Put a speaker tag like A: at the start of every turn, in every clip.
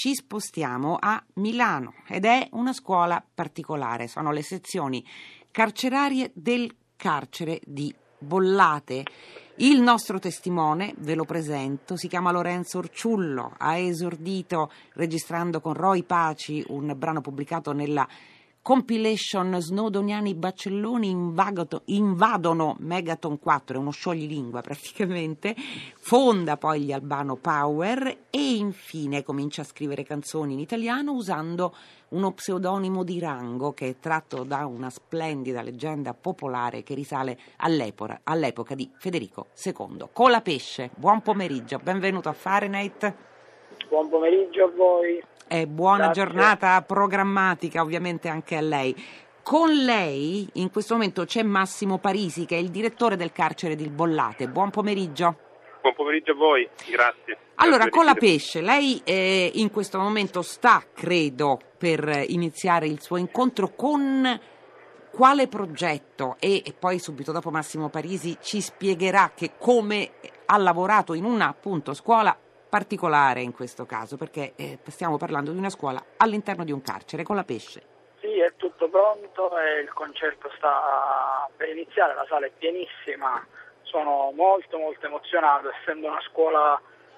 A: ci spostiamo a Milano ed è una scuola particolare, sono le sezioni carcerarie del carcere di Bollate. Il nostro testimone, ve lo presento, si chiama Lorenzo Orciullo, ha esordito registrando con Roy Paci un brano pubblicato nella compilation Snowdoniani Baccelloni invadono Megaton 4, è uno scioglilingua praticamente, fonda poi gli Albano Power e infine comincia a scrivere canzoni in italiano usando uno pseudonimo di rango che è tratto da una splendida leggenda popolare che risale all'epoca di Federico II. Colapesce, buon pomeriggio, benvenuto a Fahrenheit.
B: Buon pomeriggio a voi.
A: E buona
B: Grazie.
A: Giornata programmatica ovviamente anche a lei. Con lei in questo momento c'è Massimo Parisi che è il direttore del carcere di Bollate. Buon pomeriggio.
C: Buon pomeriggio a voi, grazie.
A: Allora, Colapesce, lei in questo momento sta, credo, per iniziare il suo incontro con quale progetto e poi subito dopo Massimo Parisi ci spiegherà che come ha lavorato in una appunto scuola particolare in questo caso, perché stiamo parlando di una scuola all'interno di un carcere. Colapesce.
B: Sì, è tutto pronto e il concerto sta per iniziare, la sala è pienissima, sono molto emozionato, essendo una scuola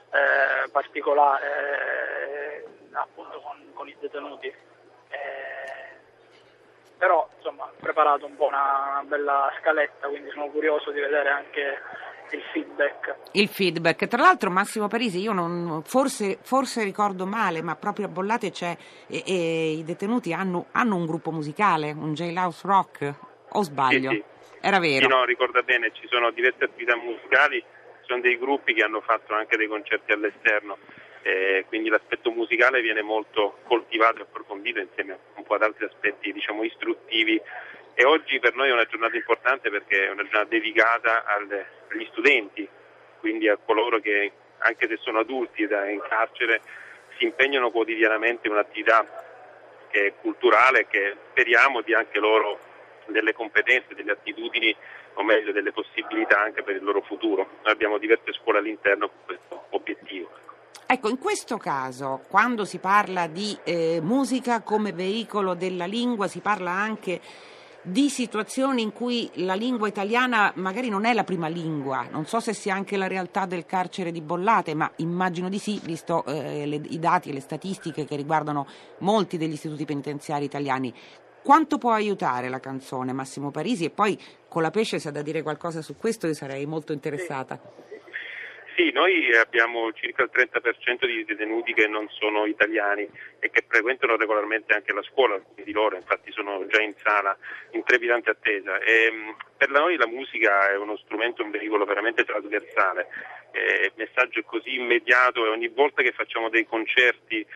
B: particolare appunto con i detenuti, però insomma ho preparato un po' una bella scaletta, quindi sono curioso di vedere anche il feedback. Tra l'altro Massimo Parisi, io non forse ricordo male, ma proprio a Bollate c'è i detenuti hanno un gruppo musicale, un jailhouse rock, o sbaglio?
C: Sì.
A: Era vero?
C: Sì, no, ricorda bene, ci sono diverse attività musicali, ci sono dei gruppi che hanno fatto anche dei concerti all'esterno, quindi l'aspetto musicale viene molto coltivato e approfondito insieme a un po' ad altri aspetti, diciamo, istruttivi. E oggi per noi è una giornata importante perché è una giornata dedicata agli studenti, quindi a coloro che, anche se sono adulti in carcere, si impegnano quotidianamente in un'attività che è culturale e che speriamo dia anche loro delle competenze, delle attitudini, o meglio delle possibilità anche per il loro futuro. Noi abbiamo diverse scuole all'interno con questo obiettivo.
A: Ecco, in questo caso, quando si parla di musica come veicolo della lingua, si parla anche di situazioni in cui la lingua italiana magari non è la prima lingua. Non so se sia anche la realtà del carcere di Bollate, ma immagino di sì, visto i dati e le statistiche che riguardano molti degli istituti penitenziari italiani. Quanto può aiutare la canzone, Massimo Parisi? E poi Colapesce, se ha da dire qualcosa su questo, io sarei molto interessata.
C: Sì, noi abbiamo circa il 30% di detenuti che non sono italiani e che frequentano regolarmente anche la scuola, alcuni di loro infatti sono già in sala in trepidante attesa. E per noi la musica è uno strumento, un veicolo veramente trasversale, il messaggio è così immediato e ogni volta che facciamo dei concerti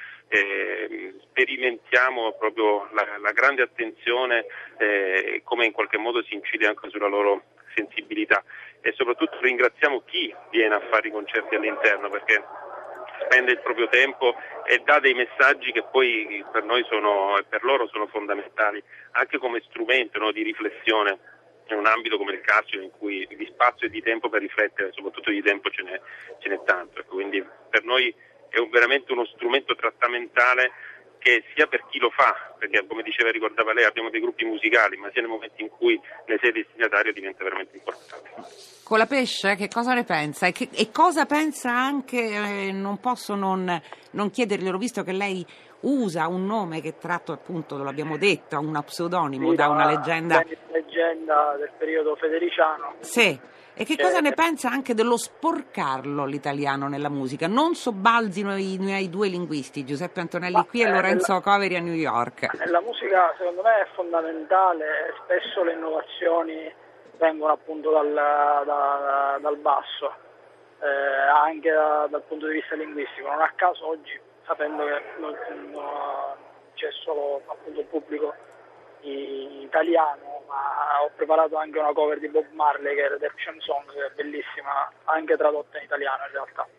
C: sperimentiamo proprio la grande attenzione, come in qualche modo si incide anche sulla loro sensibilità. E soprattutto ringraziamo chi viene a fare i concerti all'interno perché spende il proprio tempo e dà dei messaggi che poi per noi e per loro sono fondamentali anche come strumento, no, di riflessione in un ambito come il carcere in cui di spazio e di tempo per riflettere, soprattutto di tempo ce n'è tanto. Quindi per noi è veramente uno strumento trattamentale che sia per chi lo fa, perché come diceva e ricordava lei abbiamo dei gruppi musicali, ma sia nel momento in cui ne sei destinatario diventa veramente importante.
A: Colapesce, che cosa ne pensa? E cosa pensa anche, non posso non chiederglielo, visto che lei usa un nome che è tratto appunto, lo abbiamo detto, uno pseudonimo da una leggenda
B: del periodo federiciano.
A: Sì. E che cosa ne pensa anche dello sporcarlo l'italiano nella musica? Non sobbalzino i miei due linguisti, Giuseppe Antonelli qui e Lorenzo Coveri a New York.
B: La musica secondo me è fondamentale, spesso le innovazioni vengono appunto dal basso, anche dal punto di vista linguistico. Non a caso oggi, sapendo che non c'è solo appunto il pubblico italiano, ma ho preparato anche una cover di Bob Marley che è Redemption Song, che è bellissima, anche tradotta in italiano in realtà.